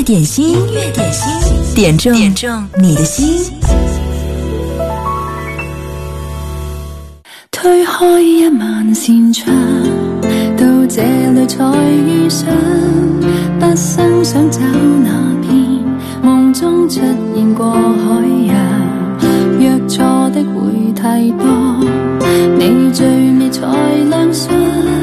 点心，点中你的心。 推開一萬扇窗，到這裏才遇上，不生想找那片夢中出現過海洋，約錯的會太多，你最美才亮相，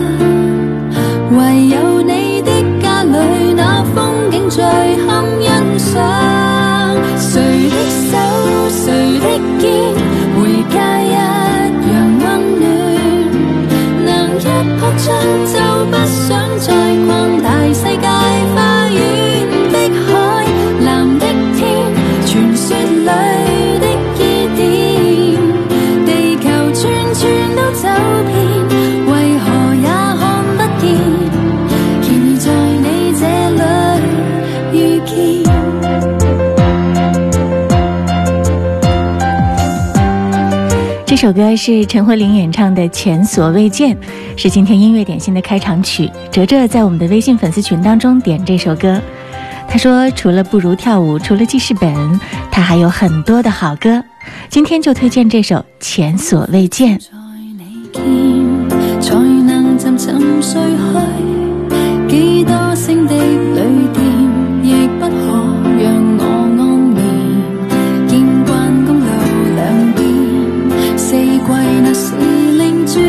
唯有你的家裏那風景最堪欣賞，誰的手誰的肩，回家一樣溫暖，能一撲窗就不想再逛大世界花園的海，藍的天，傳說裏的伊甸，地球轉轉都走遍，為何也看不見，然而在你這裏遇見。 这首歌是陈慧琳演唱的《前所未见》，是今天音乐点心的开场曲。哲哲在我们的微信粉丝群当中点这首歌，他说除了不如跳舞，除了记事本，他還有很多的好歌，今天就推薦這首《前所未見》。 才能沉沉睡去，幾多星的旅店亦不可讓我安眠，見慣公路兩邊，四季那時令轉，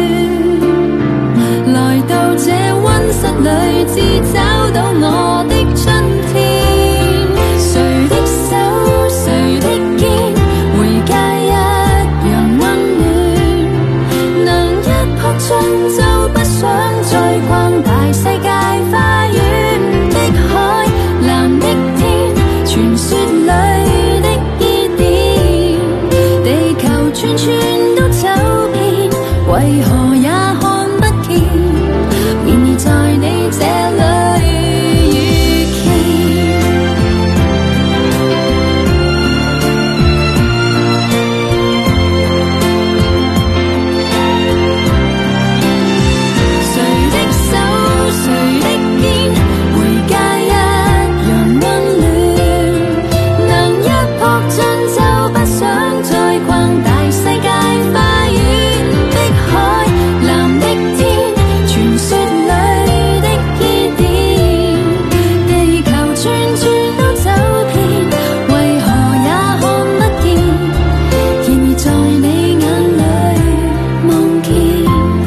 來到這溫室裏只找到我的春天，誰的手誰的肩，回家一樣溫暖，能一撲窗就不想再逛大世界花園的海，藍的天，傳說裏的伊甸，地球轉轉都走遍，為何也看不見，然而在你這裏遇見。誰的手誰的肩，回家一樣溫暖，能一撲窗就不想再逛大世界花園的海，藍的天，傳說裏的伊甸，地球轉轉都走遍，為何也看不見，然而在你眼裏望見。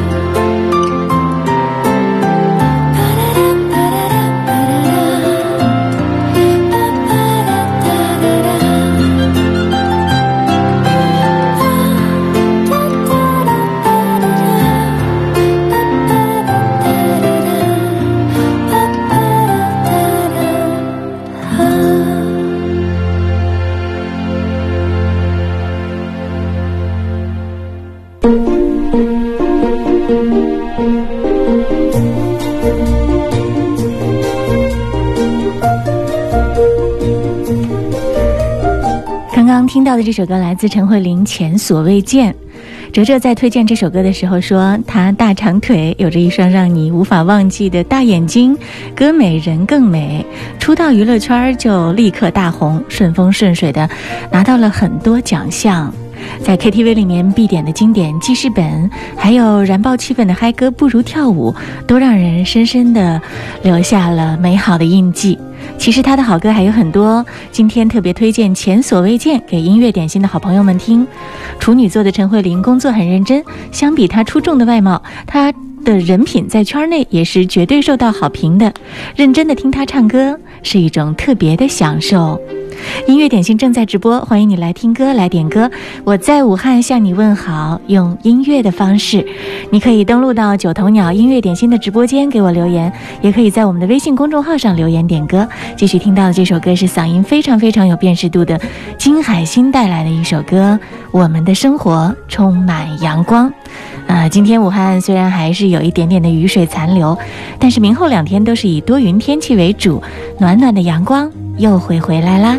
刚刚听到的这首歌来自陈慧琳《前所未见》。哲哲在推荐这首歌的时候说，她大长腿，有着一双让你无法忘记的大眼睛，歌美人更美，出道娱乐圈就立刻大红，顺风顺水的拿到了很多奖项。在 KTV 里面必点的经典记事本，还有燃爆气氛的嗨歌不如跳舞，都让人深深的留下了美好的印记。其实他的好歌还有很多，今天特别推荐《前所未见》给音乐点心的好朋友们听。处女座的陈慧琳工作很认真，相比她出众的外貌，她的人品在圈内也是绝对受到好评的。认真的听她唱歌是一种特别的享受。音乐点心正在直播，欢迎你来听歌来点歌。我在武汉向你问好，用音乐的方式，你可以登录到九头鸟音乐点心的直播间给我留言，也可以在我们的微信公众号上留言点歌。继续听到的这首歌是嗓音非常非常有辨识度的金海心带来的一首歌，我们的生活充满阳光。今天武汉虽然还是有一点点的雨水残留，但是明后2天都是以多云天气为主，暖暖的阳光又会回来啦。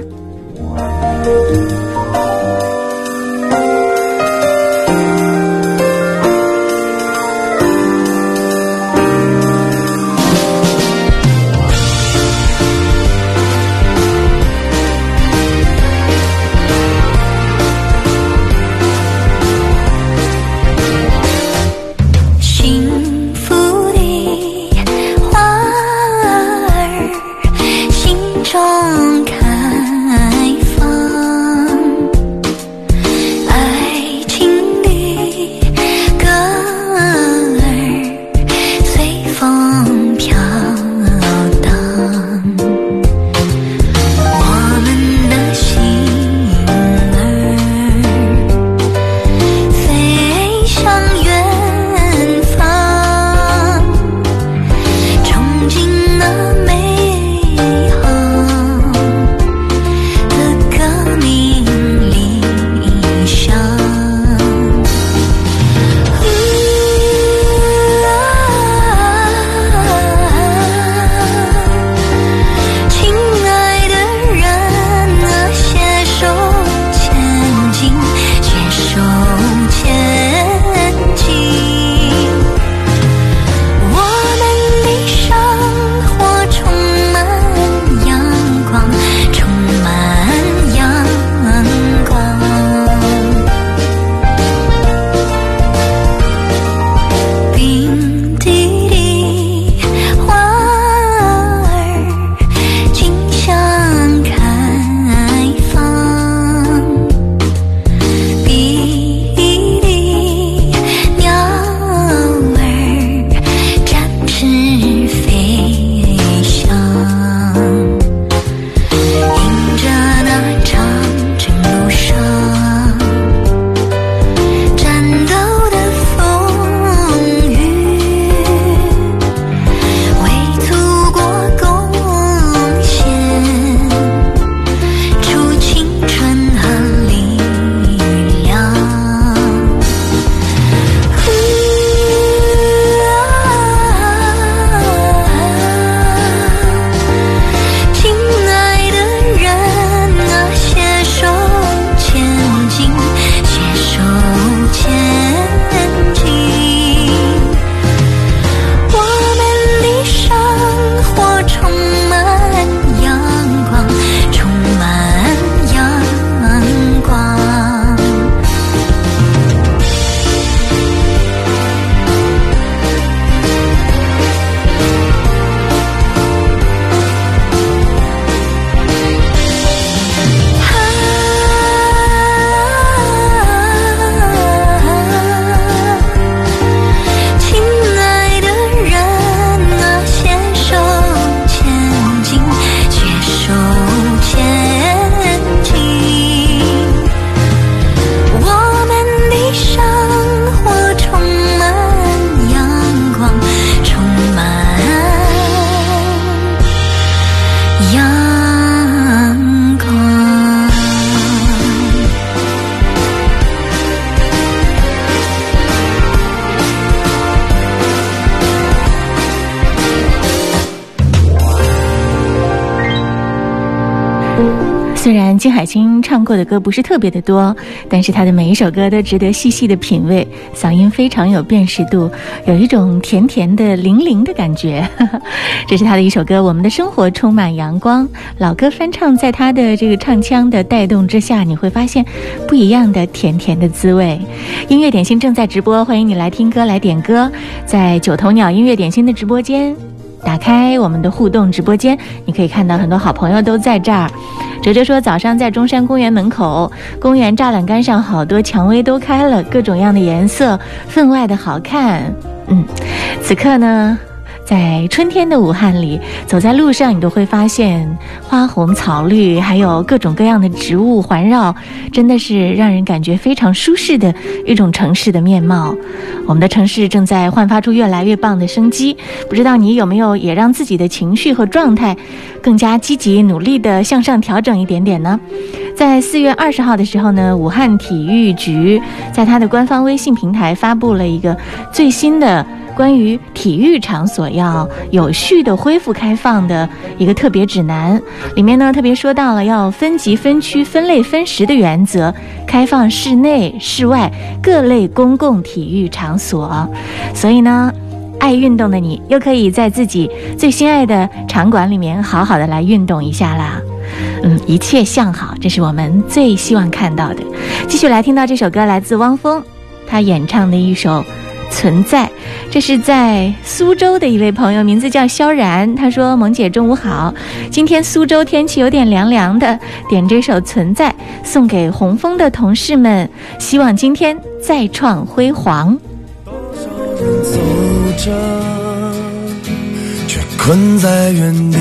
虽然金海心唱过的歌不是特别的多，但是她的每一首歌都值得细细的品味，嗓音非常有辨识度，有一种甜甜的灵灵的感觉。这是她的一首歌《我们的生活充满阳光》，老歌翻唱，在她的这个唱腔的带动之下，你会发现不一样的甜甜的滋味。音乐点心正在直播，欢迎你来听歌来点歌，在九头鸟音乐点心的直播间，打开我们的互动直播间，你可以看到很多好朋友都在这儿。哲哲说早上在中山公园门口，公园栅栏杆上好多蔷薇都开了，各种样的颜色，分外的好看。此刻呢，在春天的武汉里，走在路上你都会发现花红草绿，还有各种各样的植物环绕，真的是让人感觉非常舒适的一种城市的面貌。我们的城市正在焕发出越来越棒的生机，不知道你有没有也让自己的情绪和状态更加积极努力的向上调整一点点呢？在4月20号的时候呢，武汉体育局在它的官方微信平台发布了一个最新的关于体育场所要有序的恢复开放的一个特别指南，里面呢特别说到了要分级分区分类分时的原则，开放室内室外各类公共体育场所。所以呢，爱运动的你又可以在自己最心爱的场馆里面好好的来运动一下啦。一切向好，这是我们最希望看到的。继续来听到这首歌，来自汪峰他演唱的一首存在，这是在苏州的一位朋友，名字叫萧然，他说萌姐中午好，今天苏州天气有点凉凉的，点这首存在送给红枫的同事们，希望今天再创辉煌。 多少人走着却困在原地，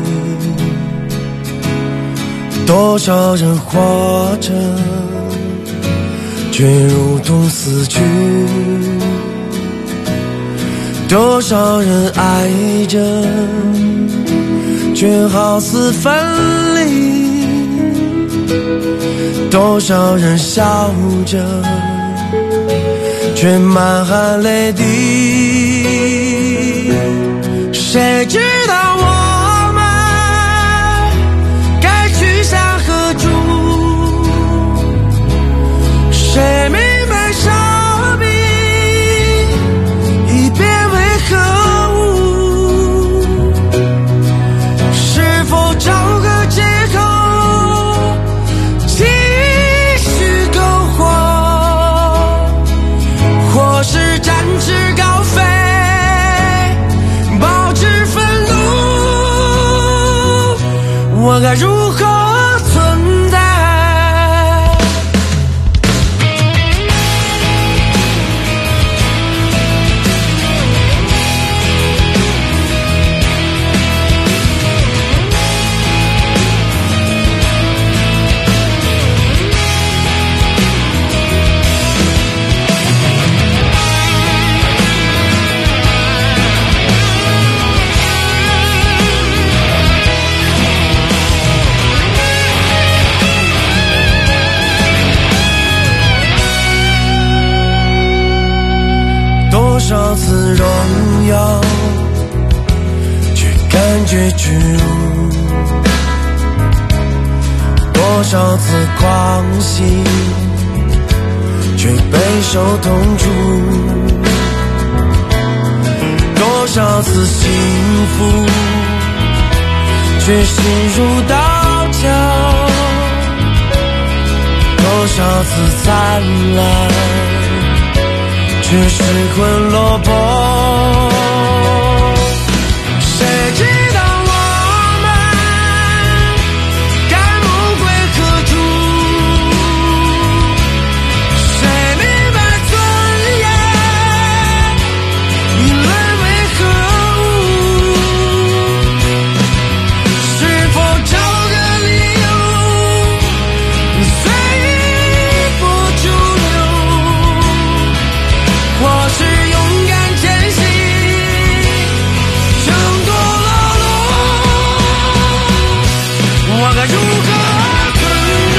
多少人活着却如同死去，多少人爱着却好似分离。多少人笑着，却满含泪滴。谁知道我们该去向何处？谁明白生命已变为何物？是否找个借口继续苟活，或是展翅高飞，保持愤怒？我该如何存在？多少次荣耀，却感觉屈辱；多少次狂喜，却备受痛楚；多少次幸福，却心如刀绞；多少次灿烂，却失魂落魄。谁知道我们该梦归何处？谁明白尊严已沦为何物？是否找个理由随波逐流？或是勇敢前行，挣脱牢笼？我该如何存在？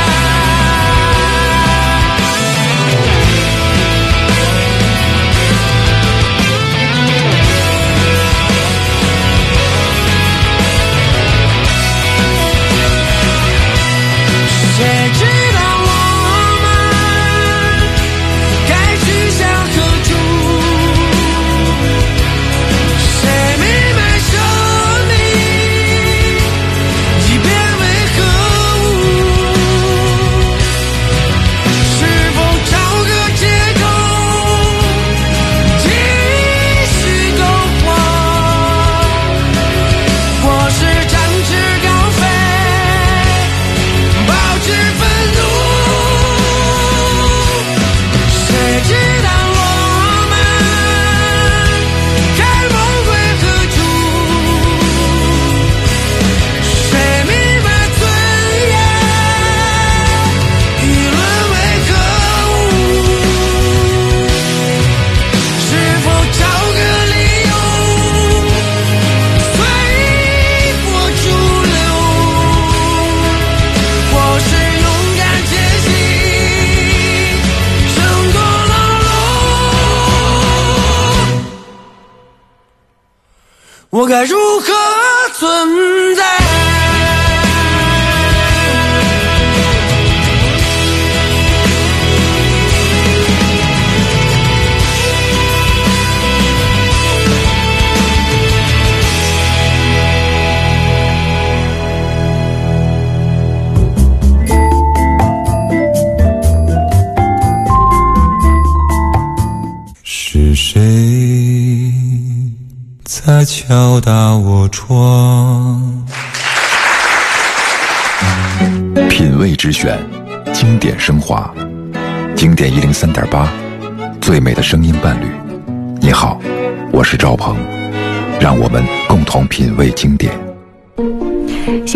谁知道我们该去向何处？谁明白生命已变为何物？是否找个借口继续苟活，或是展翅高飞，保持愤怒？谁知道我们该梦归何处？谁明白尊严已沦为何物？是否找个理由随波逐流？或是勇敢前行，挣脱牢笼？我该如何存在？ 是谁在敲打我窗？ 品味之选，经典升华，经典103.8，最美的声音伴侣。你好，我是赵鹏，让我们共同品味经典。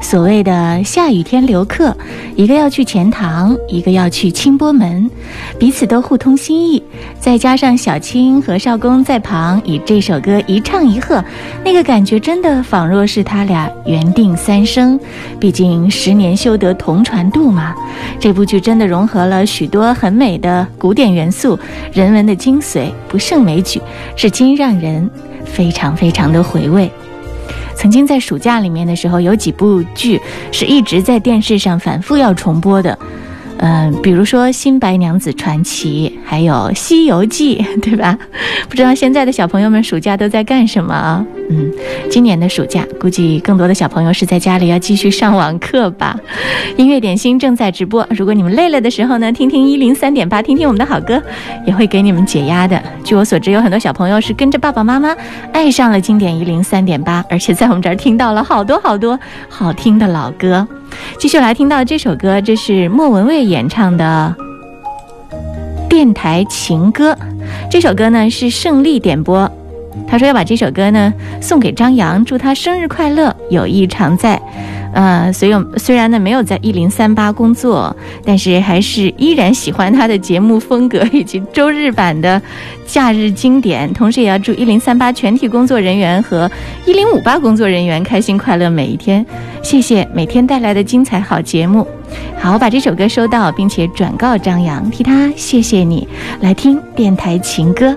所谓的下雨天留客，一个要去钱塘，一个要去清波门，彼此都互通心意。再加上小青和少公在旁以这首歌一唱一和，那个感觉真的仿若是他俩缘定三生。毕竟10年修得同船渡嘛。这部剧真的融合了许多很美的古典元素，人文的精髓，不胜枚举，至今让人非常非常的回味。曾经在暑假里面的时候，有几部剧是一直在电视上反复要重播的，比如说《新白娘子传奇》，还有《西游记》，对吧？不知道现在的小朋友们暑假都在干什么啊？今年的暑假估计更多的小朋友是在家里要继续上网课吧。音乐点心正在直播，如果你们累了的时候呢，听听103.8，听听我们的好歌，也会给你们解压的。据我所知，有很多小朋友是跟着爸爸妈妈爱上了经典103.8，而且在我们这儿听到了好多好多好听的老歌。继续来听到这首歌，这是莫文蔚演唱的电台情歌。这首歌呢是胜利点播，他说要把这首歌呢送给张扬，祝他生日快乐，友谊常在。虽然呢没有在1038工作，但是还是依然喜欢他的节目风格以及周日版的假日经典，同时也要祝1038全体工作人员和1058工作人员开心快乐每一天。谢谢每天带来的精彩好节目。好，我把这首歌收到，并且转告张扬，替他谢谢你。来听电台情歌。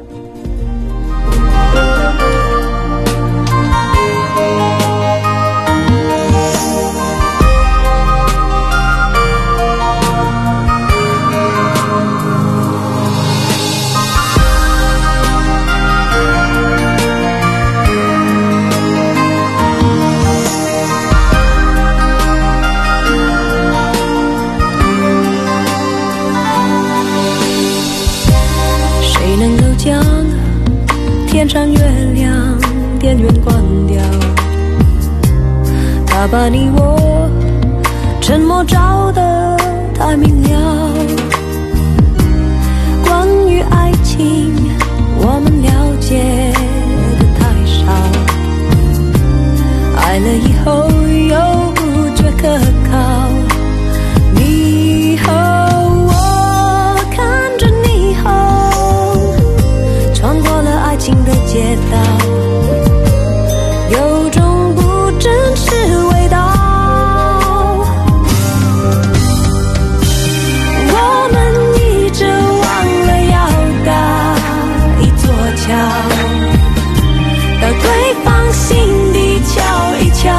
天上月亮电源关掉，它把你我沉默照得太明了。关于爱情我们了解的太少，爱了以后又不觉可靠。你和我看着霓虹穿过了爱情的街道，有种不真实味道。我们一直忘了要搭一座桥，到对方心底瞧一瞧，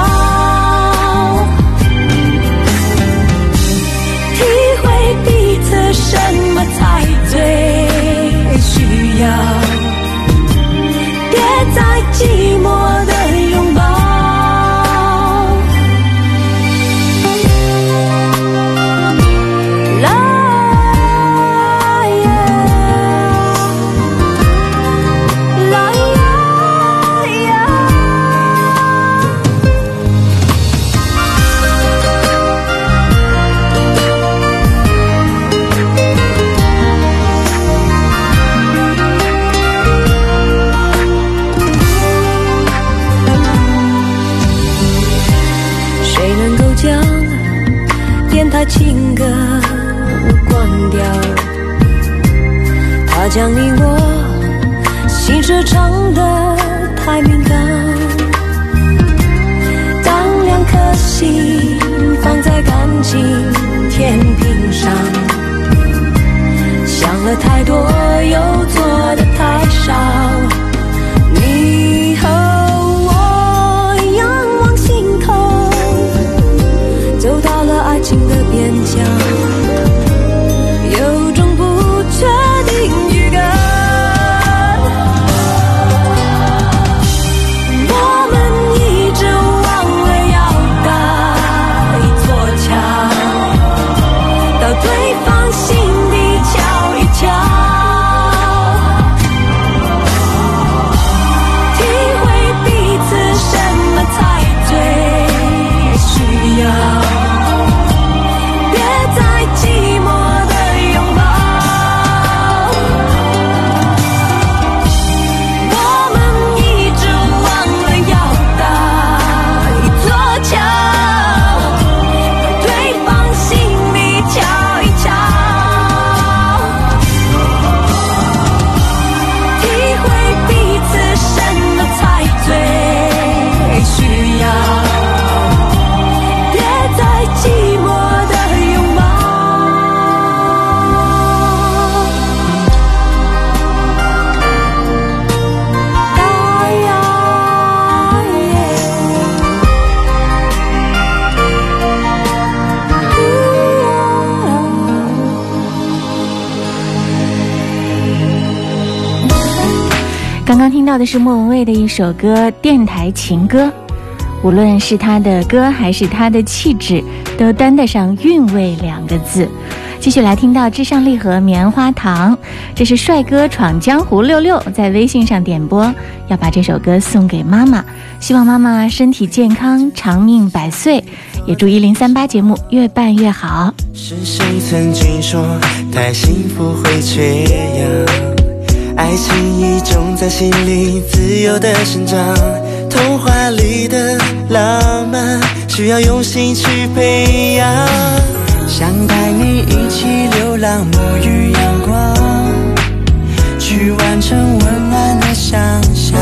体会彼此什么才最需要，在寂寞的拥抱。电台情歌关掉，它将你我心事唱得太敏感。当两颗心放在感情天平上，想了太多又做得太少。你和我仰望星空，走到了爱情的边疆，有种不确定预感。我们一直忘了要搭一座桥，到对方心底瞧一瞧， 刚刚听到的是莫文蔚的一首歌《电台情歌》，无论是他的歌还是他的气质，都担得上韵味2个字。继续来听到至上励合棉花糖，这是帅哥闯江湖66在微信上点播，要把这首歌送给妈妈，希望妈妈身体健康，长命百岁，也祝1038节目越办越好。 是谁曾经说太幸福会缺氧，爱情已种在心里自由的生长，童话里的浪漫需要用心去培养，想带你一起流浪，沐浴阳光，去完成温暖的想象，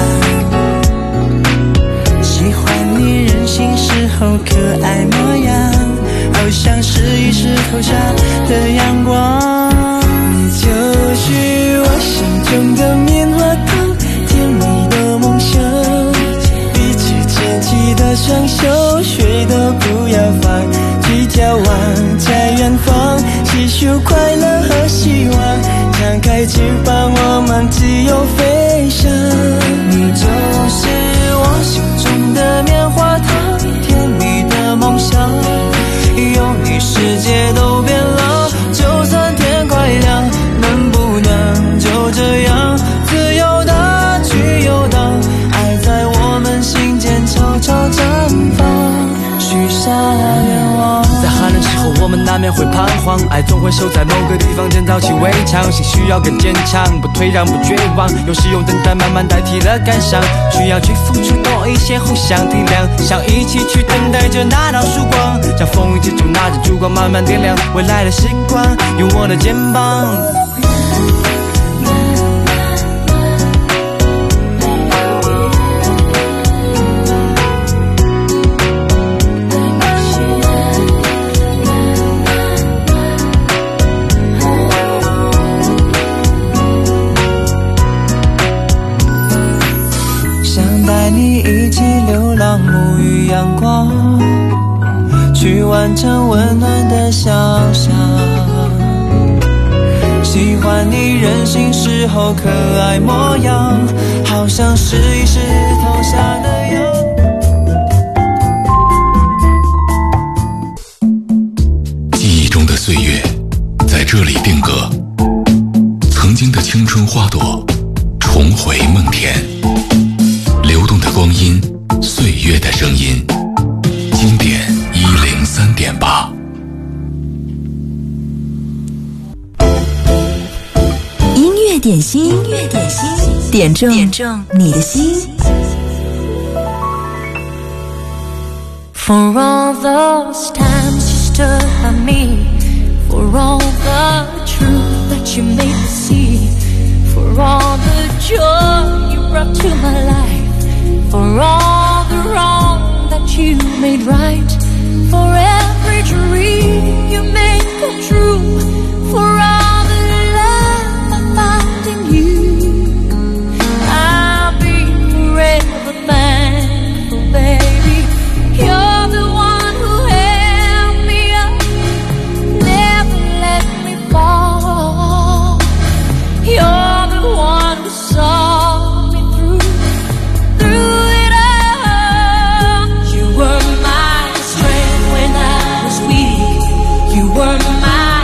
喜欢你任性时候可爱模样，好像是一石头下的阳光，你就是我心中的棉花糖，甜蜜的梦想，一起牵起的双手，谁都不要放弃，眺望在远方，祈求快乐和希望，张开翅膀我们自由飞翔，你就是我心中的棉花糖，甜蜜的梦想，有你世界都变了，就算天快亮，能不能就这样自由的去游荡，爱在我们心间悄悄绽放，许下愿望。在寒冷时候我们难免会彷徨，爱总会守在某个地方建造起围墙，心需要更坚强，不退让不绝望，有时用等待慢慢代替了感伤，需要去付出多一些互相体谅，想一起去等待着那道曙光，像风雨之中拿着烛光慢慢点亮，未来的时光有我的肩膀。沐浴阳光，去完成温暖的想象，喜欢你任性时候可爱模样，好像是一石头下的阳。 记忆中的岁月在这里定格，曾经的青春花朵重回梦田，流动的光阴，岁月的声音，经典103.8。 音乐点心，点中你的心。 For all those times you stood by me, for all the truth that you made me see, for all the joy you brought to my life, for all the wrong that you made right, for every dream you made come true, for all the love I found in you, I'll be forever thankful, baby. You're the one who held me up, never let me fall. You're the one who saw me through it all. You were my strength when I was weak. You were my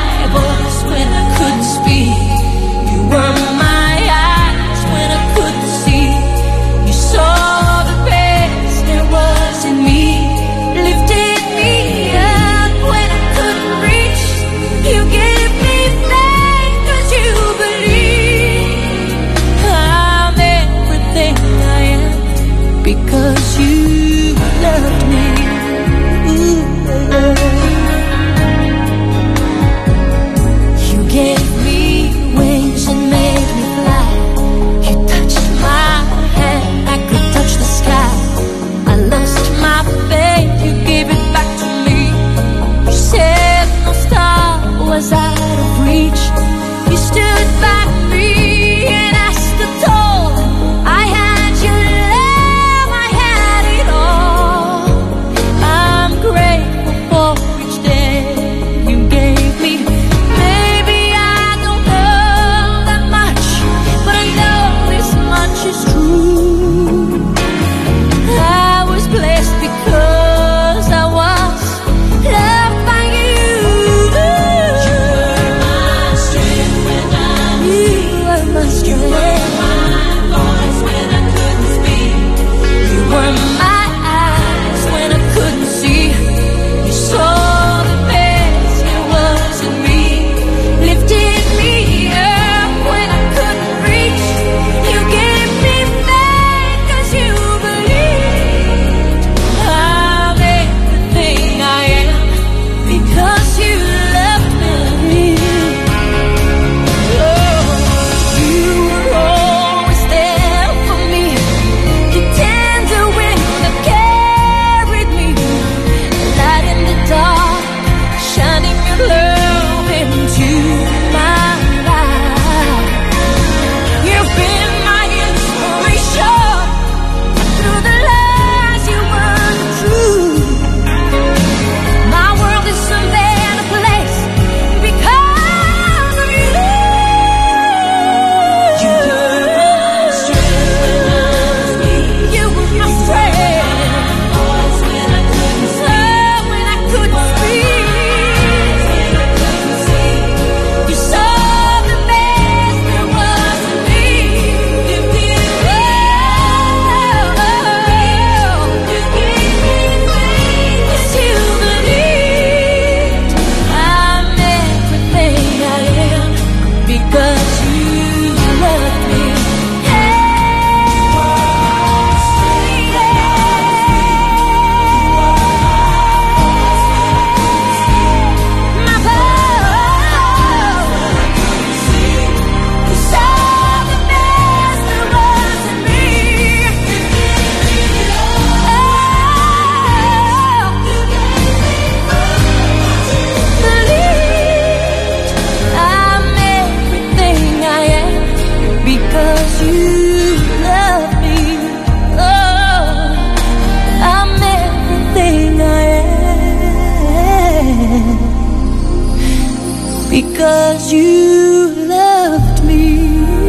because you loved me.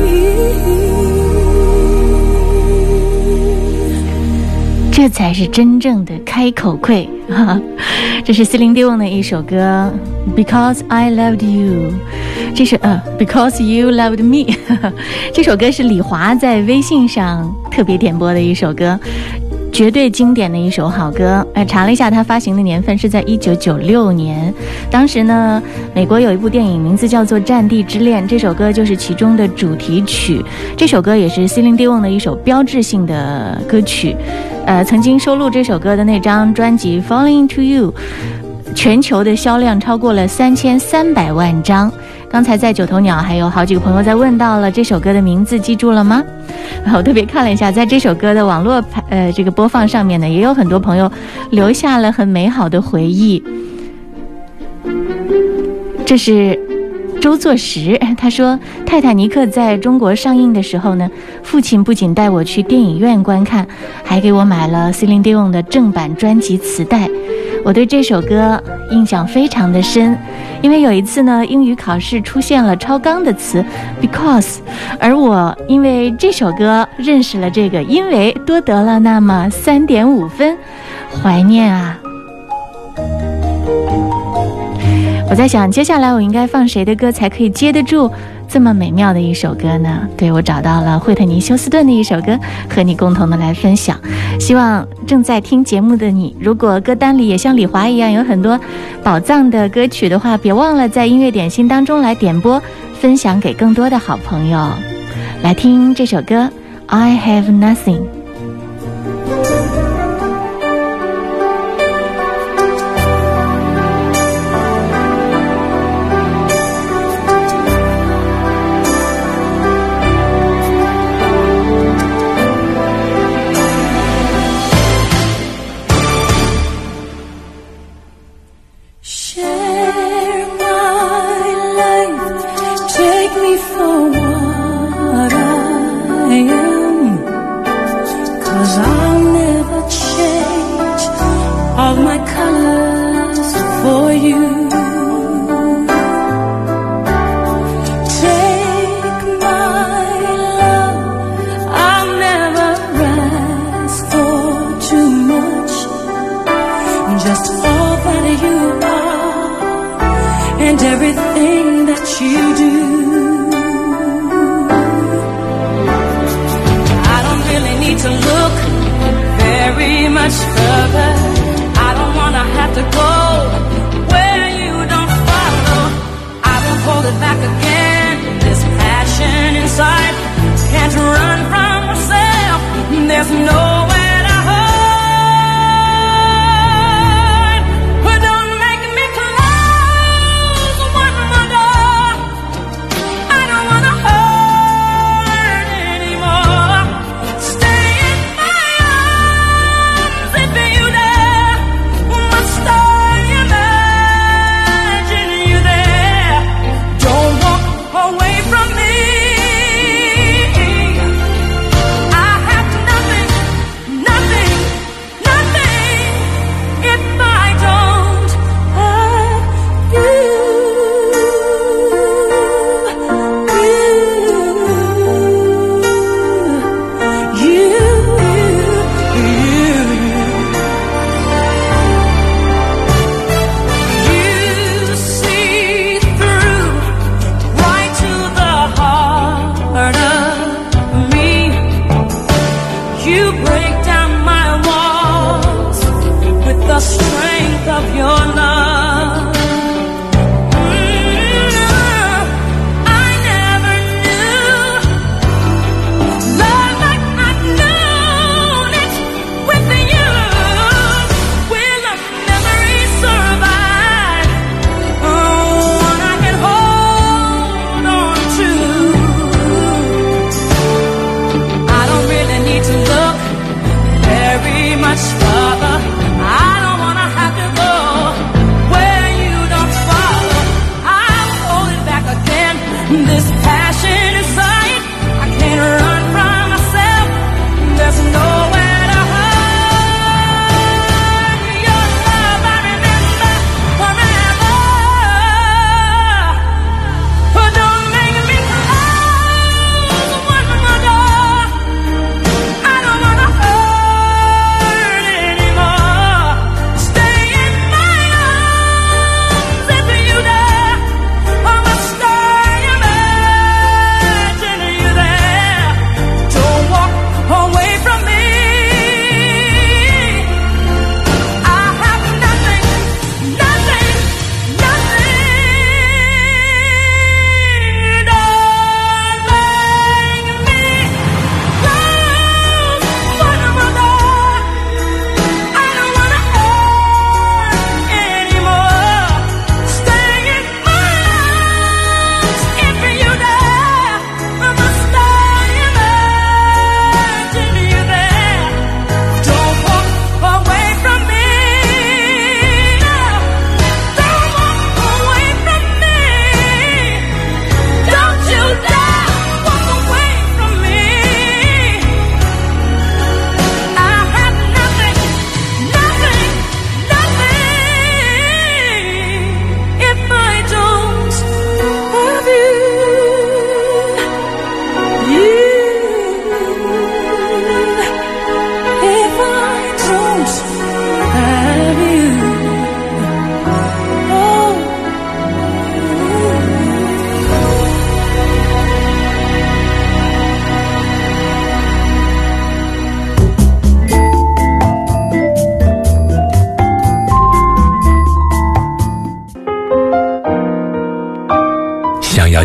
这才是真正的开口溃。这是Celine Dion的一首歌 Because I Loved You， 这是Because You Loved Me 这首歌是李华在微信上特别点播的一首歌，绝对经典的一首好歌。查了一下它发行的年份是在1996年，当时呢美国有一部电影名字叫做《战地之恋》，这首歌就是其中的主题曲，这首歌也是Celine Dion的一首标志性的歌曲。曾经收录这首歌的那张专辑 Falling to You 全球的销量超过了3300万张。刚才在九头鸟还有好几个朋友在问到了这首歌的名字记住了吗？我特别看了一下，在这首歌的网络这个播放上面呢，也有很多朋友留下了很美好的回忆。这是周作时，他说泰坦尼克在中国上映的时候呢，父亲不仅带我去电影院观看，还给我买了 Celine Dion 的正版专辑磁带。我对这首歌印象非常的深，因为有一次呢英语考试出现了超纲的词 because， 而我因为这首歌认识了这个因为，多得了那么3.5分，怀念啊。我在想接下来我应该放谁的歌才可以接得住这么美妙的一首歌呢？对，我找到了惠特尼休斯顿的一首歌和你共同的来分享。希望正在听节目的你，如果歌单里也像李华一样有很多宝藏的歌曲的话，别忘了在音乐点心当中来点播，分享给更多的好朋友。来听这首歌 I Have Nothing。 Much further, I don't wanna have to go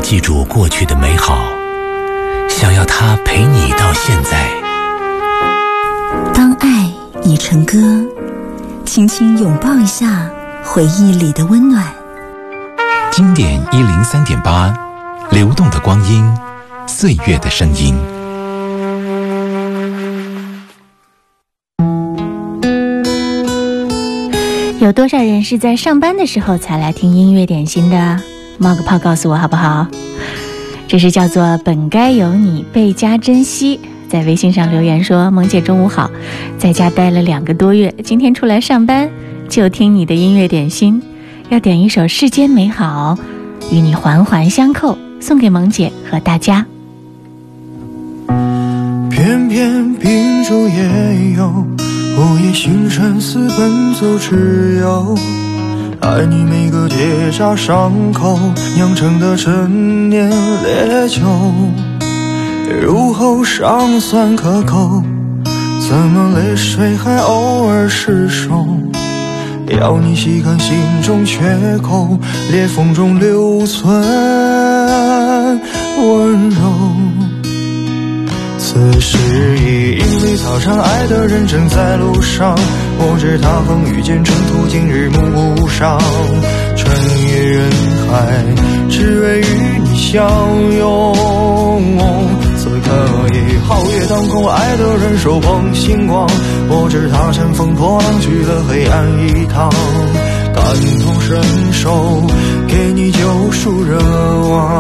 记住过去的美好，想要它陪你到现在。 当爱已成歌，轻轻拥抱一下回忆里的温暖。 经典103.8，流动的光阴，岁月的声音。 有多少人是在上班的时候才来听音乐点心的？冒个泡告诉我好不好？这是叫做本该有你倍加珍惜，在微信上留言说，萌姐中午好，在家待了2个多月，今天出来上班就听你的音乐点心，要点一首世间美好，与你环环相扣，送给萌姐和大家。 偏偏秉烛夜游，午夜星辰似奔走之友，爱你每个结痂伤口，酿成的陈年烈酒，入喉尚算可口，怎么泪水还偶尔失手？要你细看心中缺口，裂缝中留存温柔。此时已因为草场爱的人正在路上，我知他风雨兼程途经日暮不赏，穿越人海只为与你相拥。此刻已皓月当空，爱的人手捧星光，我知他乘风破浪去了黑暗一趟，感同身受给你救赎热望，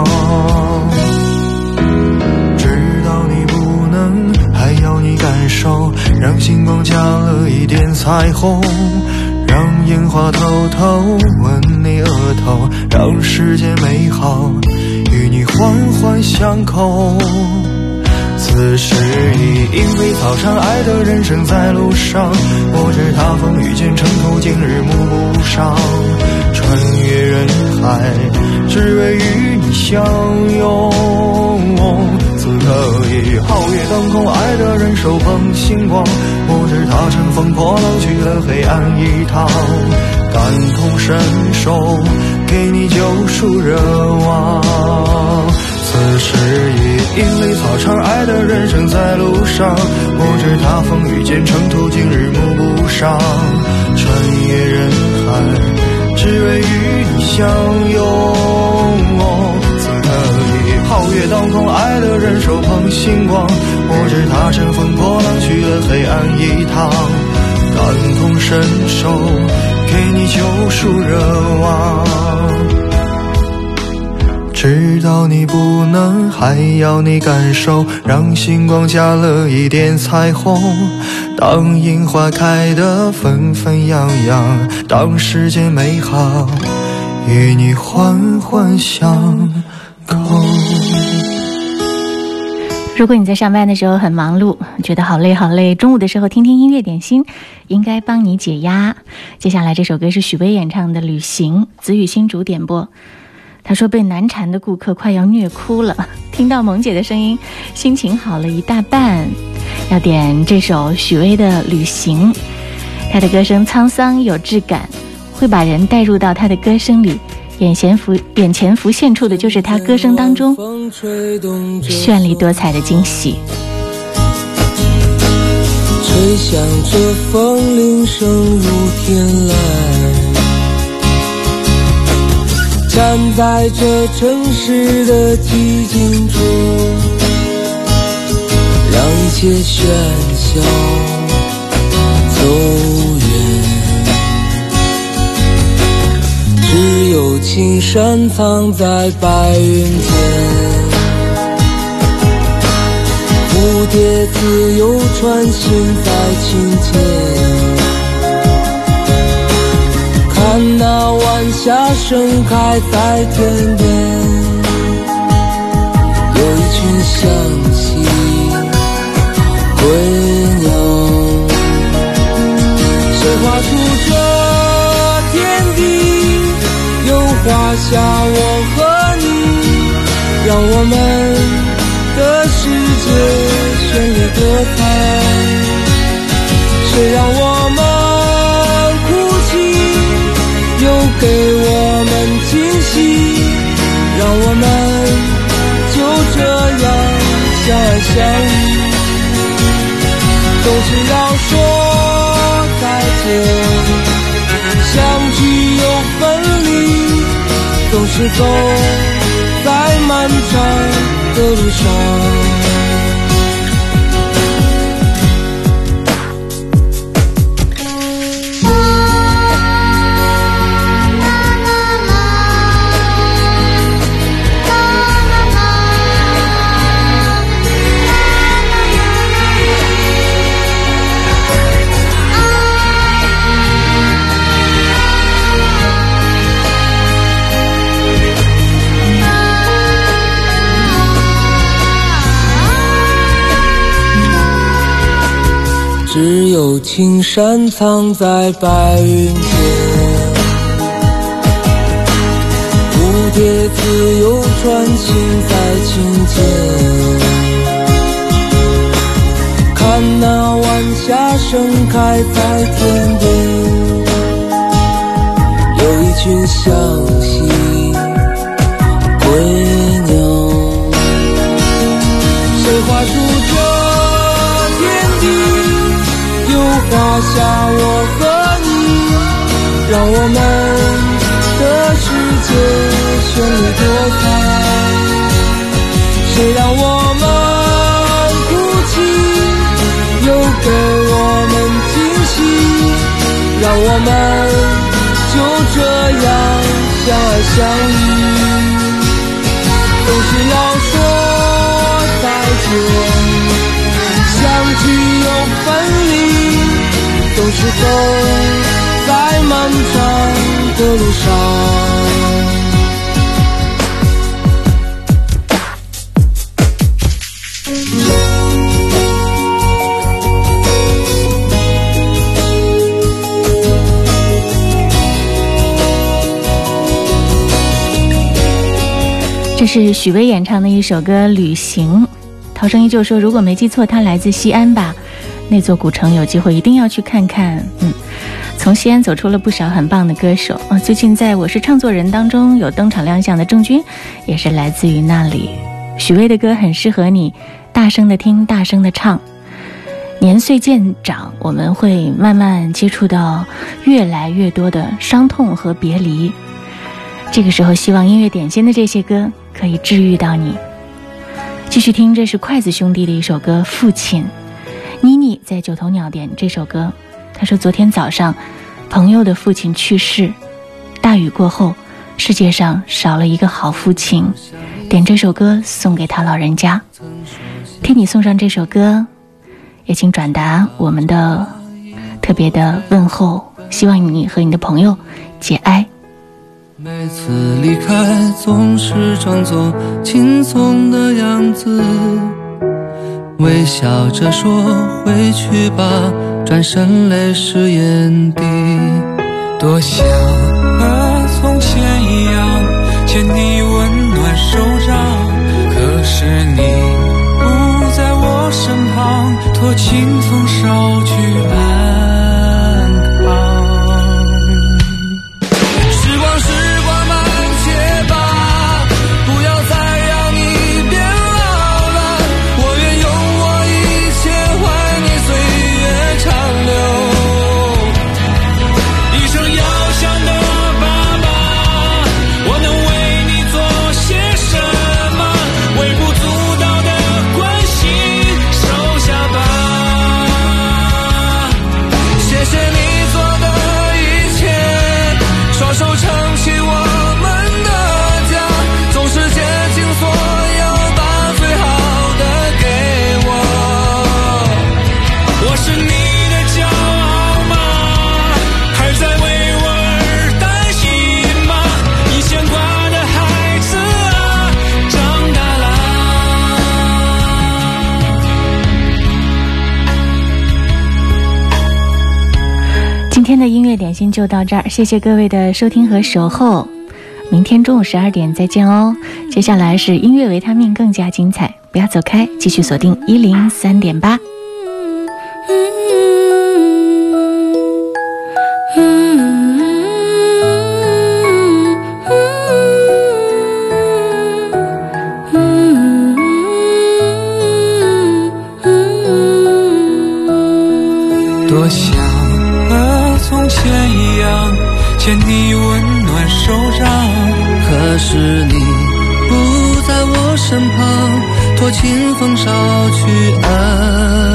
直到你不能还要你感受，让星光加了一点彩虹，让烟花偷偷吻你额头，让世界美好与你环环相扣。此时已因为草场爱的人正在路上，我知他风雨兼程途经日暮不赏，穿越人海只为与你相拥。此刻已皓月当空，爱的人手捧星光，我知他乘风破浪去了黑暗一趟，感同身受给你救赎热望。此时已因为草场爱的人正在路上，我知他风雨兼程途经日暮不赏，穿越人海只为与你相拥。此刻已皓月当空，爱的人手捧星光，我知他乘风破浪去了黑暗一趟，感同身受给你救赎热望。直到你不能还要你感受，让星光加了一点彩虹，当樱花开得纷纷扬扬，当世界美好与你环环相扣。 如果你在上班的时候很忙碌，觉得好累好累，中午的时候听听音乐点心应该帮你解压。接下来这首歌是许巍演唱的《旅行》，子雨新竹点播。他说被难缠的顾客快要虐哭了，听到萌姐的声音心情好了一大半。要点这首许巍的《旅行》，他的歌声沧桑有质感，会把人带入到他的歌声里，眼前浮现出的就是他歌声当中绚丽多彩的惊喜。 吹响着风铃声如天籁，站在这城市的寂静中，让一切喧嚣走远，只有青山藏在白云间，蝴蝶自由穿行在清间，看那晚霞盛开在天边，有一群向西归鸟，谁画出这天地，又画下我和你，让我们的世界绚丽多彩，谁让我们哭泣，又给我们惊喜，让我们相遇，总是要说再见，相聚又分离，总是走在漫长的路上。只有青山藏在白云间，蝴蝶自由穿行在清间，看那晚霞盛开在天边，有一群向西归鸟，谁画出这天地，画下我和你，让我们的世界绚丽多彩。谁让我们哭泣，又给我们惊喜，让我们就这样相爱相依。总是要说再见，相聚又分离，总是走在漫长的路上。 这是许巍演唱的一首歌《旅行》。陶声依就说，如果没记错，他来自西安吧，那座古城有机会一定要去看看。从西安走出了不少很棒的歌手最近在我是唱作人当中有登场亮相的郑钧也是来自于那里。许巍的歌很适合你大声的听，大声的唱。年岁渐长，我们会慢慢接触到越来越多的伤痛和别离，这个时候希望音乐点心的这些歌可以治愈到你。继续听，这是筷子兄弟的一首歌《父亲》。妮妮在九头鸟点这首歌，她说昨天早上朋友的父亲去世，大雨过后世界上少了一个好父亲，点这首歌送给他老人家。替你送上这首歌，也请转达我们的特别的问候，希望你和你的朋友节哀。 每次离开总是装作轻松的样子，微笑着说回去吧，转身泪湿眼底。 多想和从前一样牵你温暖手掌，可是你不在我身旁，托清风捎去安康。时光时光慢些吧，不要再让你变老了，我愿用我一切换你岁月长留。一生要想的爸爸，我能为你做些什么？微不足道的关心收下吧，谢谢你做的一切，双手撑起我们的家，总是竭尽所有把最好的给我。我是你的骄傲吗？还在为我而担心吗？你牵挂的孩子啊，长大啦。 今天的音乐点心就到这儿，谢谢各位的收听和守候，明天中午12点再见哦。接下来是音乐维他命，更加精彩，不要走开，继续锁定103.8。 多想和从前一样牵你温暖手掌， 可是你不在我身旁，托清风捎去安